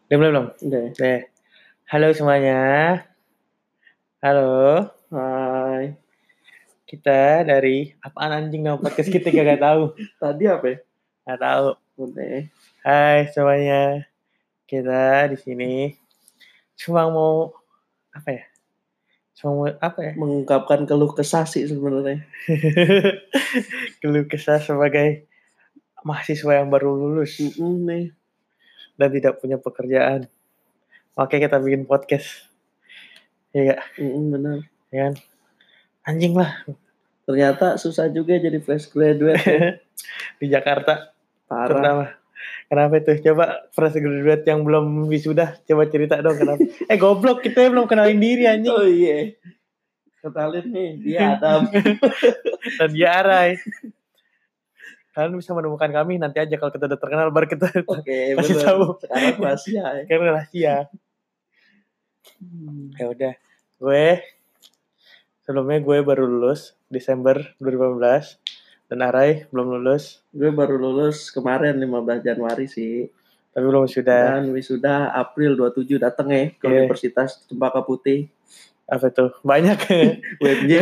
Belum. Udah. Halo semuanya. Halo. Hai. Kita dari apaan anjing nama podcast kita gak tahu. Tadi apa ya? Gak tahu. Udah. Hai semuanya. Kita di sini cuma mau Mengungkapkan keluh kesah sih sebenarnya. Keluh kesah sebagai mahasiswa yang baru lulus Nih. dan tidak punya pekerjaan. Oke, kita bikin podcast. Iya gak? Benar. Ya kan? Anjing lah. Ternyata susah juga jadi fresh graduate ya. Di Jakarta. Parah. Terutama. Kenapa itu? Coba fresh graduate yang belum wisuda, coba cerita dong kenapa. Goblok, kita belum kenalin diri anjing. Oh iya. Kenalin nih, dia Adam. Dan dia Arai. Kalian bisa menemukan kami nanti aja kalau kita udah terkenal baru kita kasih tahu. Sekarang rahasia ya. Sekarang rahasia. Ya udah. Sebelumnya gue baru lulus Desember 2015 dan Arai belum lulus. Gue baru lulus kemarin 15 Januari sih. Tapi belum wisuda. Dan wisuda April 27 datang ya ke Universitas Cempaka Putih. Apa tuh? Banyak. UMJ.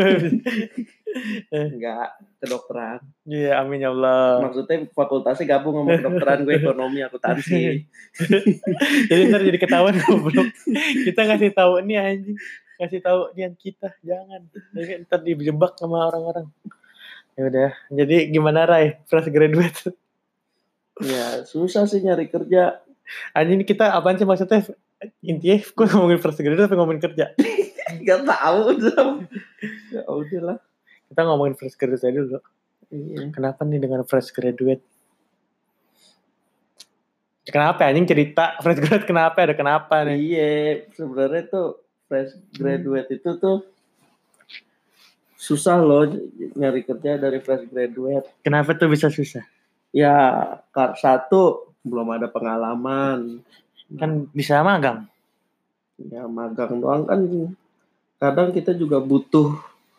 Enggak, kedokteran. Iya, amin ya Allah. Maksudnya fakultasnya gabung sama kedokteran, gue ekonomi akuntansi. Jadi ntar jadi ketahuan goblok. Kita ngasih tahu nih anjing. Kasih tahu niat kita, jangan. Jadi ntar dijebak sama orang-orang. Ya udah. Jadi gimana Rai? Fresh graduate. Ya, susah sih nyari kerja. Anjing kita apaan sih maksudnya? Intinya gue ngomongin fresh graduate atau ngomongin kerja? Gak tahu dong. Ya udahlah. Kita ngomongin fresh graduate aja dulu. Iya. Kenapa nih dengan fresh graduate? Kenapa anjing cerita fresh graduate kenapa? Ada kenapa nih? Iya, sebenarnya tuh fresh graduate itu tuh susah loh nyari kerja dari fresh graduate. Kenapa tuh bisa susah? Ya, satu belum ada pengalaman. Kan bisa magang. Ya magang doang kan kadang kita juga butuh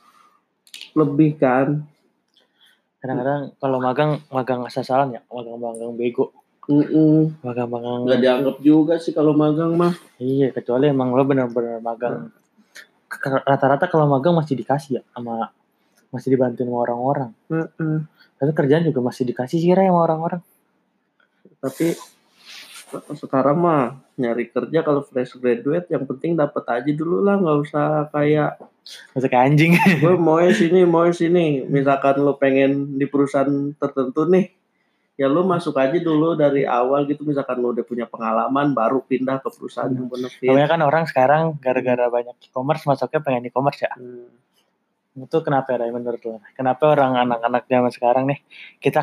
lebih kan. Kadang-kadang kalau magang asal-asalan ya, magang bego. Magang nggak dianggap juga sih kalau magang mah. Iya, kecuali emang lo benar-benar magang. Rata-rata kalau magang masih dikasih ya, masih dibantuin sama orang-orang. Tapi kerjaan juga masih dikasih sih sama orang-orang. Tapi sekarang mah nyari kerja kalau fresh graduate yang penting dapat aja dulu lah, nggak usah kayak anjing. Gue mau sini. Misalkan lo pengen di perusahaan tertentu nih, ya lo masuk aja dulu dari awal gitu. Misalkan lo udah punya pengalaman, baru pindah ke perusahaan yang benefit. Soalnya kan orang sekarang gara-gara banyak e-commerce masuknya pengen e-commerce ya. Itu kenapa ya menurut lo? Kenapa orang anak-anak zaman sekarang nih, kita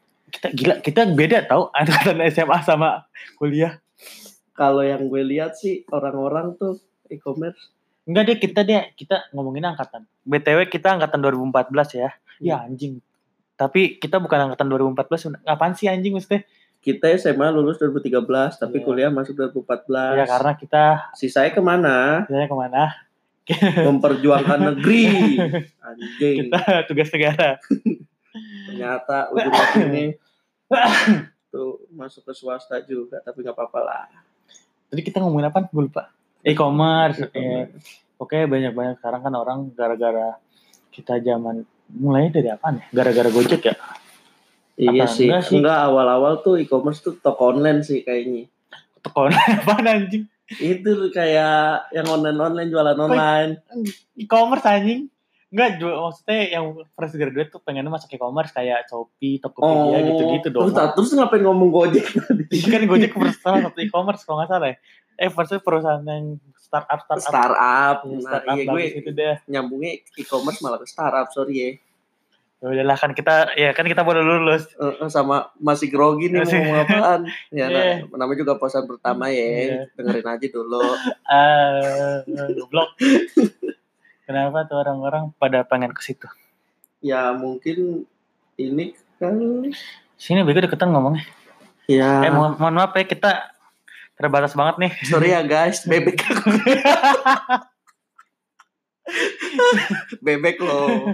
beda tau angkatan SMA sama kuliah. Kalau yang gue lihat sih orang-orang tuh e-commerce. Enggak kita ngomongin angkatan. BTW kita angkatan 2014 ya. Ya anjing. Tapi kita bukan angkatan 2014. Ngapain sih anjing maksudnya? Kita SMA lulus 2013, tapi kuliah masuk 2014. Ya karena kita. Sisanya kemana? Memperjuangkan negeri. Anjing. Kita tugas negara. Ternyata ujungnya ini tuh masuk ke swasta juga, tapi nggak apa-apa lah. Tadi kita ngomongin apa? Gue lupa. E-commerce. Oke, banyak sekarang kan orang gara-gara kita zaman mulai dari apa nih? Gara-gara Gojek ya? Iya sih. Enggak, awal-awal tuh e-commerce tuh toko online sih kayaknya. Toko online apaan anjing? Itu kayak yang online jualan online. E-commerce anjing? Enggak, maksudnya yang fresh graduate tuh pengennya masuk e-commerce kayak Shopee, Tokopedia gitu-gitu dong. Terus ngapain ngomong Gojek tadi? Kan Gojek salah satu e-commerce kalau nggak salah ya. Maksudnya perusahaan yang startup. Iya, gue itu deh. Nyambungnya e-commerce malah ke startup, sorry ya. Udahlah kan kita baru lulus. Sama masih grogi nih mau ngomong apaan. Ya, namanya juga posan pertama ya. Dengerin aja dulu. Goblok. Kenapa tuh orang-orang pada pengen ke situ? Ya mungkin ini kan. Sini bego deketan ngomongnya. Ya. Mohon maaf ya, kita terbatas banget nih. Sorry ya guys, bebek. Bebek loh.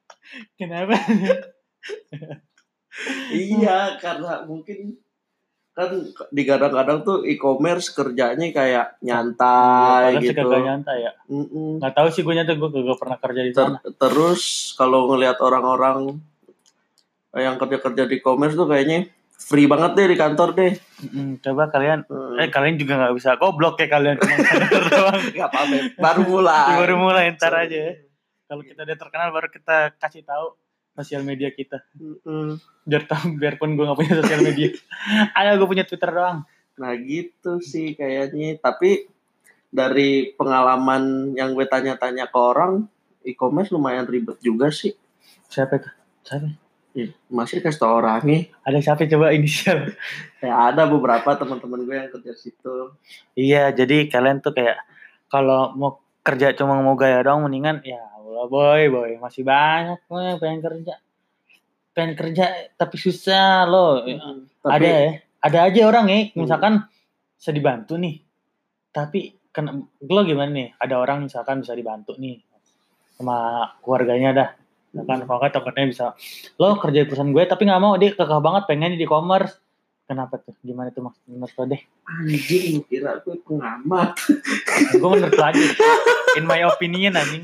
Kenapa? Iya, karena mungkin kan digadang-gadang tuh e-commerce kerjanya kayak nyantai Padahal sih gitu. kagak nyantai ya. Nggak tahu sih gue nyantai, gue kagak pernah kerja di sana. Terus kalau ngelihat orang-orang yang kerja di e-commerce tuh kayaknya free banget deh di kantor deh. Coba kalian, kalian juga nggak bisa goblok kayak kalian cuma kantor doang. Gak apa-apa, baru mulai. Ntar aja. Kalau kita udah terkenal baru kita kasih tahu sosial media kita. Biar tahu, biarpun gue nggak punya sosial media. Ayo gue punya Twitter doang. Nah gitu sih kayaknya. Tapi dari pengalaman yang gue tanya-tanya ke orang, e-commerce lumayan ribet juga sih. Siapa itu? Siapa? Masih kasih tau orangnya. Ada siapa coba inisial? Ya ada beberapa teman-teman gue yang kerja situ. Iya, jadi kalian tuh kayak kalau mau kerja cuma mau gaya doang, mendingan ya Allah boy masih banyak loh yang pengen kerja tapi susah loh. Tapi, ada aja orang ya, misalkan bisa dibantu nih, tapi lo gimana nih? Ada orang misalkan bisa dibantu nih sama keluarganya dah. Kan kalau tokonya bisa lo kerja di perusahaan gue tapi nggak mau, dia kekeh banget pengen di e-commerce. Kenapa tuh? Gimana tuh menurut lo deh? Anjing, kira gue pengamat. Gue menurut lo aja, in my opinion anjing.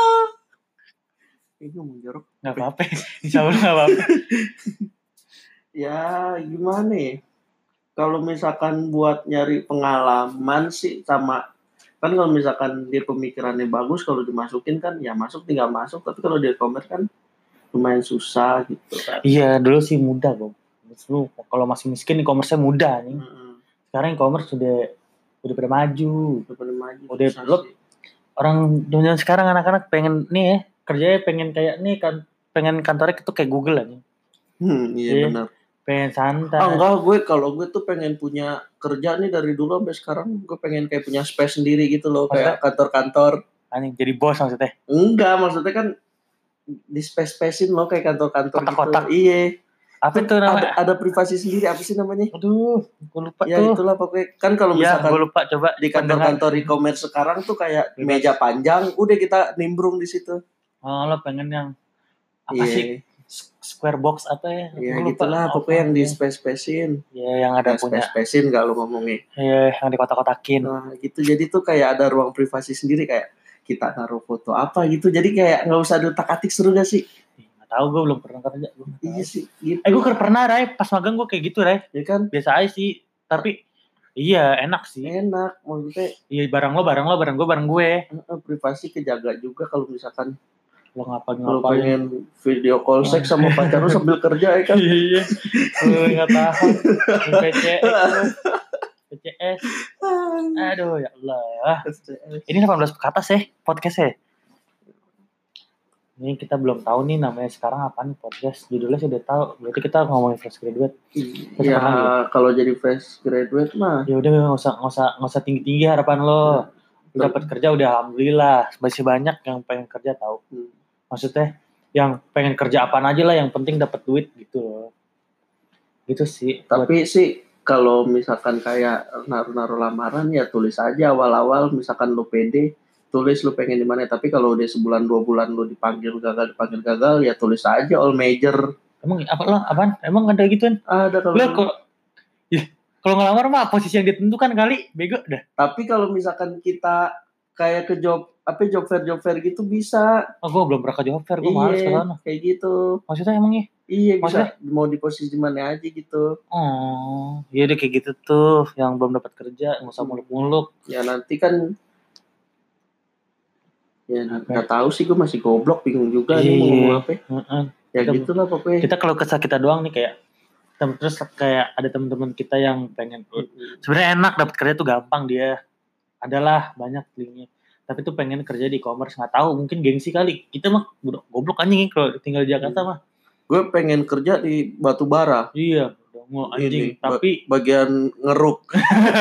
Ini mau jorok. Nggak apa-apa, insya Allah nggak apa-apa. Ya gimana ya? Kalau misalkan buat nyari pengalaman sih sama, kan kalau misalkan dia pemikirannya bagus, kalau dimasukin kan ya masuk, tinggal masuk. Tapi kalau di e-commerce kan lumayan susah gitu kan. Iya, dulu sih mudah kok. Lu kalau masih miskin e-commerce-nya mudah nih. Sekarang e-commerce udah pada maju. Udah lo orang zaman sekarang anak-anak pengen nih ya, kerjanya pengen kayak nih kan, pengen kantornya itu kayak Google aja. Iya benar. Pengen santai. Enggak, kalau gue tuh pengen punya kerja nih dari dulu sampai sekarang, gue pengen kayak punya space sendiri gitu loh, kayak kantor-kantor. Anjing, jadi bos maksudnya? Enggak, maksudnya kan di space-spacein loh kayak kantor-kantor kotak-kotak. Gitu. Iya. Apa itu namanya? Ada privasi sendiri, apa sih namanya? Aduh, gue lupa ya, tuh. Ya itulah pokoknya. Kan kalau misalkan gue lupa, coba di kantor-kantor e-commerce sekarang tuh kayak meja panjang, udah kita nimbrung di situ. Oh, lo pengen yang apa sih? Square box apa ya? Iya gitulah pokoknya yang di space-spacein. Iya, yang ada punya space-spacein gak lo ngomongnya. Iya, yang di kotak-kotakin. Nah gitu, jadi tuh kayak ada ruang privasi sendiri, kayak kita naruh foto apa gitu, jadi kayak gak usah diutak-atik. Seru gak sih? Gak tahu, gue belum pernah kerja. Iya sih gitu. Gue pernah Ray, pas magang gue kayak gitu Ray. Ya kan? Biasa aja sih, tapi iya enak sih. Enak, maksudnya iya barang lo, barang gue, barang gue. Privasi kejaga juga. Kalau misalkan lo ngapain pengen video call seks sama pacar lo sambil kerja ya kan. Iya lo nggak tahan PCS. Aduh ya Allah, ini 18 ke atas ya podcastnya. Ini kita belum tahu nih namanya sekarang apa nih podcast, judulnya sudah tahu, berarti kita ngomongin fresh graduate. Ya kalau jadi fresh graduate mah ya udah nggak usah tinggi harapan lo. Dapat kerja udah alhamdulillah, masih banyak yang pengen kerja tahu. Maksudnya yang pengen kerja apaan aja lah, yang penting dapat duit gitu loh. Gitu sih. Tapi sih kalau misalkan kayak naruh lamaran ya tulis aja awal-awal, misalkan lo pede, tulis lo pengen di mana. Tapi kalau udah sebulan 2 bulan lo dipanggil gagal ya tulis aja all major. Emang apa lo apaan? Emang ada gituan? Ada kalau ngelamar mah posisi yang ditentukan kali, bego dah. Tapi kalau misalkan kita kayak ke job fair gitu bisa. Gue belum pernah ke job fair, gue malas ke sana. Kayak gitu. Maksudnya emangnya? Iya, bisa mau di posisi di mana aja gitu. Oh, iya deh kayak gitu tuh, yang belum dapat kerja nggak usah muluk-muluk. Ya nanti kan, ya nggak tahu sih, gue masih goblok, bingung juga nih mau ngomong apa. Ya gitulah pokoknya. Kita kalau kesah kita doang nih kayak, terus kayak ada teman-teman kita yang pengen, sebenarnya enak dapat kerja tuh gampang dia, adalah banyak linknya. Tapi tuh pengen kerja di e-commerce, nggak tahu, mungkin gengsi kali. Kita mah goblok anjing kalau tinggal di Jakarta mah. Gue pengen kerja di batu bara. Iya, mau anjing. Tapi bagian ngeruk.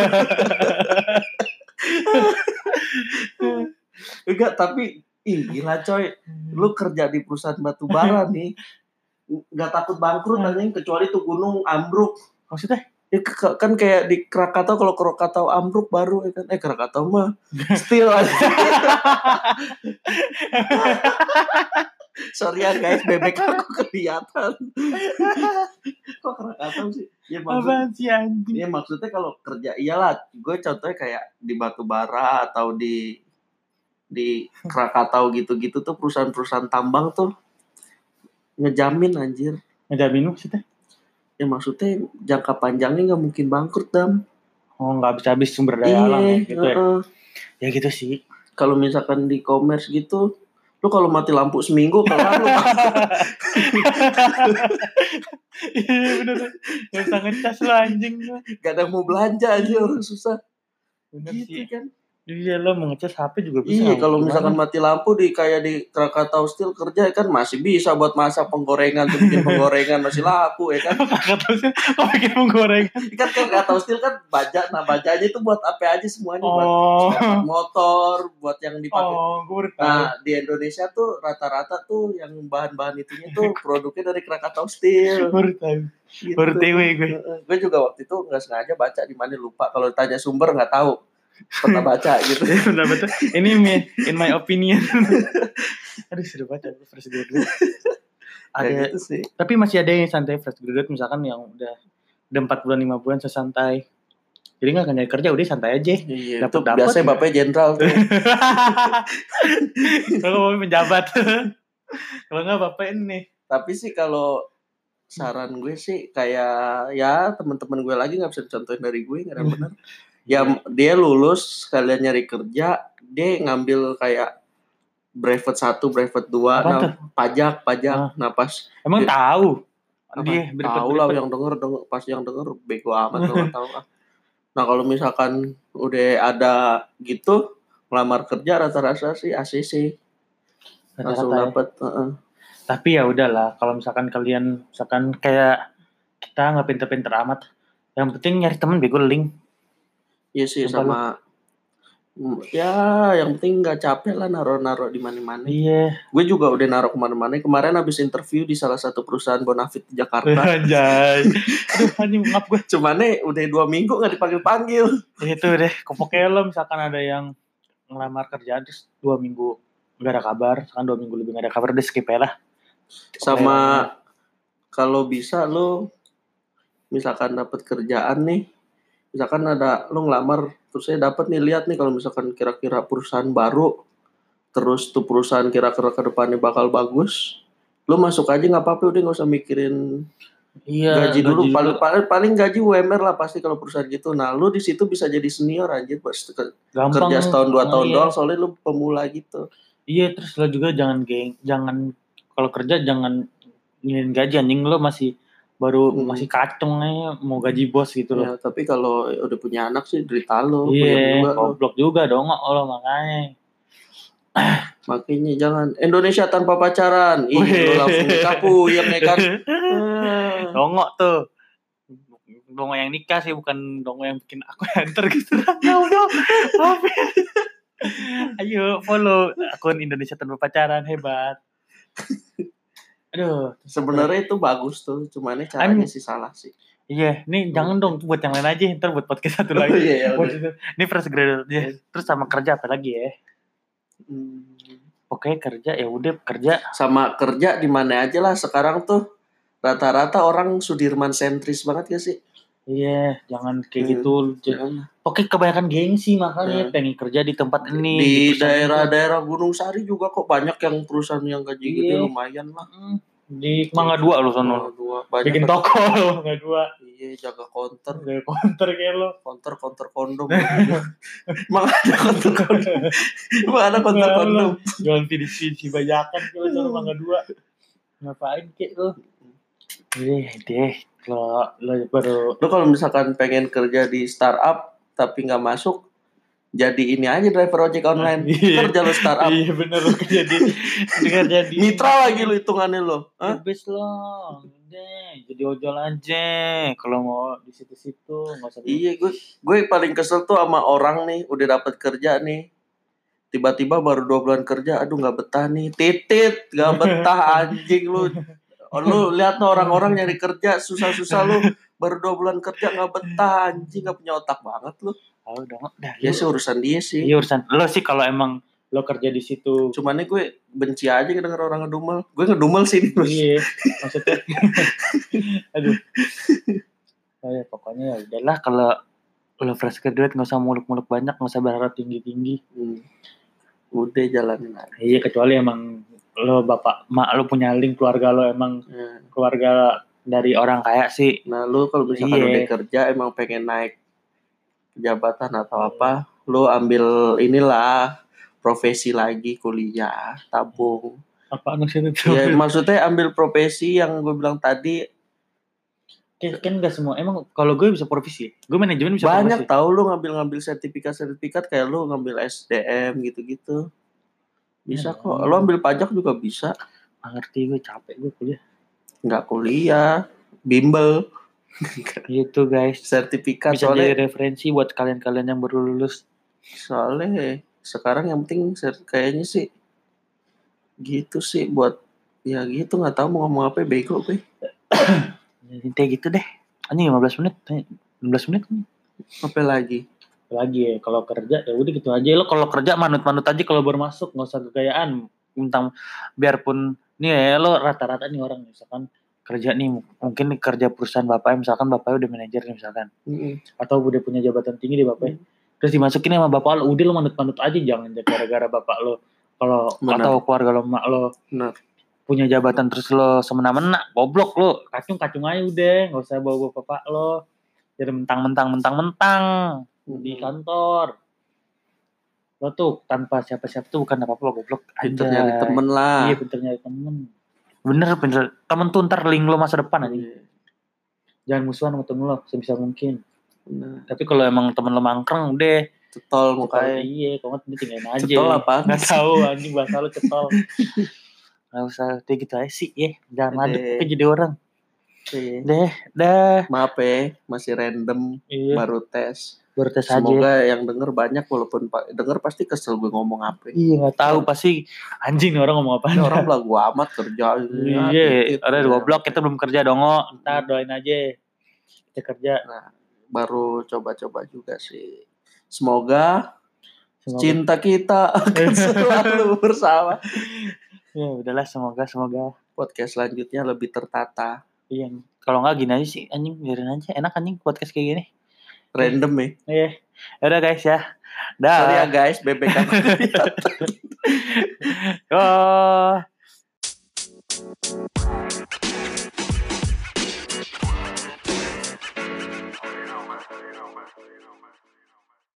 Enggak, tapi gila coy. Lu kerja di perusahaan batu bara nih, nggak takut bangkrut anjing, kecuali tuh gunung ambruk. Maksudnya? Ya, kan kayak di Krakatau, kalau Krakatau ambruk baru ya kan. Krakatau mah still aja. Sorry ya guys, bebek aku kelihatan. Kok Krakatau sih? Ya Apaan sih anjing? ya maksudnya kalau kerja iyalah, gue contohnya kayak di Batubara atau di Krakatau gitu-gitu tuh perusahaan-perusahaan tambang tuh ngejamin anjir. Ngejamin maksudnya? Ya maksudnya jangka panjangnya nggak mungkin bangkrut Dam. Oh nggak habis-habis sumber daya alam ya, gitu ya? Ya gitu sih. Kalau misalkan di e-commerce gitu, lu kalau mati lampu seminggu kelar lu. Iya bener. Gak usah ngecas lah anjing. Gak ada yang mau belanja aja, orang susah. Bener Gitu sih. kan. Iya lo mau ngecas HP juga bisa. Iya kalau misalkan mati lampu kayak di Krakatau Steel kerja kan masih bisa buat masak penggorengan tuh, bikin penggorengan masih laku ya kan. Krakatau Steel kok bikin penggorengan? Kan Krakatau Steel kan baja, nah bajanya itu buat apa aja semuanya, buat motor, buat yang dipakai. Nah di Indonesia tuh rata-rata tuh yang bahan-bahan itunya tuh produknya dari Krakatau Steel. Baru TW gue. Gue juga waktu itu nggak sengaja baca di mana lupa. Kalau tanya sumber nggak tahu. Pernah baca gitu. Pernah baca. Ini in my opinion. Aduh sudah baca fresh graduate. Ada gitu sih. Tapi masih ada yang santai fresh graduate misalkan yang udah 4 bulan 5 bulan sesantai. Jadi nggak nyari kerja udah santai aja. Iya. Dapet. Biasanya bapaknya jenderal tuh. Kalau mau penjabat. Kalau nggak bapak ini. Tapi sih kalau saran gue sih kayak ya teman-teman gue lagi nggak bisa dicontohin dari gue nggak ada benar. Ya dia lulus sekalian nyari kerja, dia ngambil kayak brevet 1, brevet 2, nah pajak. Nah pas emang tahu. Dia tahu lah yang denger pas yang denger bego amat lo nggak tahu. Nah kalau misalkan udah ada gitu ngelamar kerja rata-rata sih ACC langsung dapat. Tapi ya udahlah kalau misalkan kalian misalkan kayak kita nggak pinter-pinter amat, yang penting nyari teman bego link. Iya sih sama ya yang penting nggak capek lah naruh di mana-mana. Iya. Gue juga udah naruh kemana-mana. Kemarin habis interview di salah satu perusahaan Bonafit di Jakarta. Anjay. Aduh anjing maaf gue. Cuman udah 2 minggu nggak dipanggil. Itu deh. Pokoknya lo misalkan ada yang ngelamar kerjaan terus 2 minggu nggak ada kabar, misalkan 2 minggu lebih nggak ada kabar, udah skip aja lah. Sama kalau bisa lo misalkan dapat kerjaan nih. Misalkan ada lo ngelamar terus saya dapat nih, lihat nih kalau misalkan kira-kira perusahaan baru terus tuh perusahaan kira-kira ke depannya bakal bagus, lo masuk aja nggak apa-apa, udah nggak usah mikirin gaji dulu. Paling gaji UMR lah pasti kalau perusahaan gitu. Nah lo di situ bisa jadi senior aja pas kerja setahun 2 tahun doang, soalnya lo pemula gitu. Iya terus lo juga jangan kalau kerja jangan nginin gaji anjing, lo masih baru masih kacung aja mau gaji bos gitu loh. Ya, tapi kalau udah punya anak sih derita lo. Iya, goblok juga dong lo makanya. Makanya jangan Indonesia tanpa pacaran. Lo langsung nikah puyeng ya kan. Dongok tuh. Dongo yang nikah sih, bukan dongo yang bikin aku enter gitu. Ayo follow akun Indonesia tanpa pacaran, hebat. Aduh, sebenarnya itu bagus tuh, cuman caranya sih salah sih. Iya, nih jangan dong buat yang lain aja, ntar buat podcast satu lagi. Ini fresh graduate aja. Terus sama kerja apa lagi ya? Oke, kerja ya udah kerja. Sama kerja di mana aja lah sekarang tuh. Rata-rata orang Sudirman sentris banget gak sih? Iya, jangan kayak gitu. Oke, kebanyakan gengsi makanya pengen kerja di tempat ini. Di daerah-daerah Gunung Sari juga kok banyak yang perusahaan yang gaji gede lumayan lah. Di Mangga 2 lo sono. Bikin toko lo Mangga 2. Iya, jaga counter. Jaga counter kayak lo. Counter kondom. Emang ada counter kondom. Emang ada counter kondom. Jualan pinisi bajakan kalau sono Mangga 2. Ngapain kek lo? Deh. Lo kalau misalkan pengen kerja di startup tapi nggak masuk, jadi ini aja driver ojek online. Kerja lo startup. Iya bener lo kerja di mitra lagi lo hitungannya lo. Habis lo udah jadi ojol aja kalau mau di situ-situ nggak usah. Iya, gue paling kesel tuh sama orang nih udah dapat kerja nih, tiba-tiba baru 2 bulan kerja, aduh nggak betah nih, titit nggak betah anjing lu. Lu lihat tuh orang-orang nyari kerja susah-susah, lu baru 2 bulan kerja nggak betah anjing, nggak punya otak banget lu. Dong. Ya sih urusan dia sih. Iya urusan lo sih kalau emang lo kerja di situ. Cuman nih gue benci aja denger orang ngedumel. Gue ngedumel sih nih. Iya, maksudnya. Aduh. Oh ya, pokoknya ya udahlah kalau lo fresh graduate nggak usah muluk-muluk banyak, nggak usah berharap tinggi-tinggi. Udah jalanin aja. Iya, kecuali emang lo bapak mak lo punya link keluarga lo emang keluarga dari orang kaya sih. Nah lu kalau misalkan udah kerja emang pengen naik jabatan atau apa, lu ambil inilah profesi lagi, kuliah, tabung. Apa maksudnya? Ya maksudnya ambil profesi yang gue bilang tadi. Kan nggak semua. Emang kalau gue bisa profesi, gue manajemen bisa banyak profesi. Tahu lu ngambil sertifikat kayak lu ngambil SDM gitu-gitu. Bisa kok. Lu ambil pajak juga bisa. Nggak ngerti, gue capek gue kuliah. Nggak kuliah, bimbel. Gitu guys. Sertifikat bisa soalnya, jadi referensi buat kalian-kalian yang baru lulus. Soalnya sekarang yang penting kayaknya sih gitu sih buat ya gitu, nggak tahu mau ngomong apa, bego gue. Intinya gitu deh. Ini 15 menit. 15 menit. Apa lagi ya kalau kerja ya udah gitu aja. Lo kalau kerja manut-manut aja kalau baru masuk, nggak usah kegayaan. Tentang biarpun nih ya lo rata-rata nih orang misalkan kerja nih, mungkin nih kerja perusahaan bapaknya, misalkan bapaknya udah manajer nih misalkan, atau udah punya jabatan tinggi di bapaknya, terus dimasukin sama bapak lo, udah lo manut-manut aja, jangan gara-gara bapak lo kalau atau keluarga lo, mak lo punya jabatan terus lo semena-mena, goblok lo, kacung aja udah, nggak usah bawa bapak lo, jadi mentang-mentang di kantor. Lo tuh tanpa siapa-siapa tuh bukan apa-apa lo, goblok. Pinter nyari temen lah. Iya, pinter nyari temen. Bener. Temen tuh ntar link lo masa depan aja. Jangan musuhan sama temen lo sebisa mungkin. Tapi kalau emang temen lo mangkreng, udah cetol mukanya. Iya, kalau nggak tinggalin aja. Cetol apa? Nggak tahu anjing bahasa lo cetol. Nggak usah kayak gitu aja sih, ya. Jangan ngadep jadi orang. Dah. Maaf ya, masih random, baru tes aja. Semoga yang denger banyak, walaupun denger pasti kesel gue ngomong apa. Iya, nggak tahu pasti anjing nih orang ngomong apa. Orang belagu amat kerja. Iya, ada goblok, kita belum kerja dongo. Ntar doain aja kita kerja. Nah, baru coba-coba juga sih. Semoga cinta kita akan selalu bersama. Ya udahlah, semoga podcast selanjutnya lebih tertata. Iya, kalau nggak gini aja sih anjing, biarin aja, enak anjing podcast kayak gini. Random ya. Iya. Udah guys ya. Dah. Sorry ya guys, bebek aku. Oh.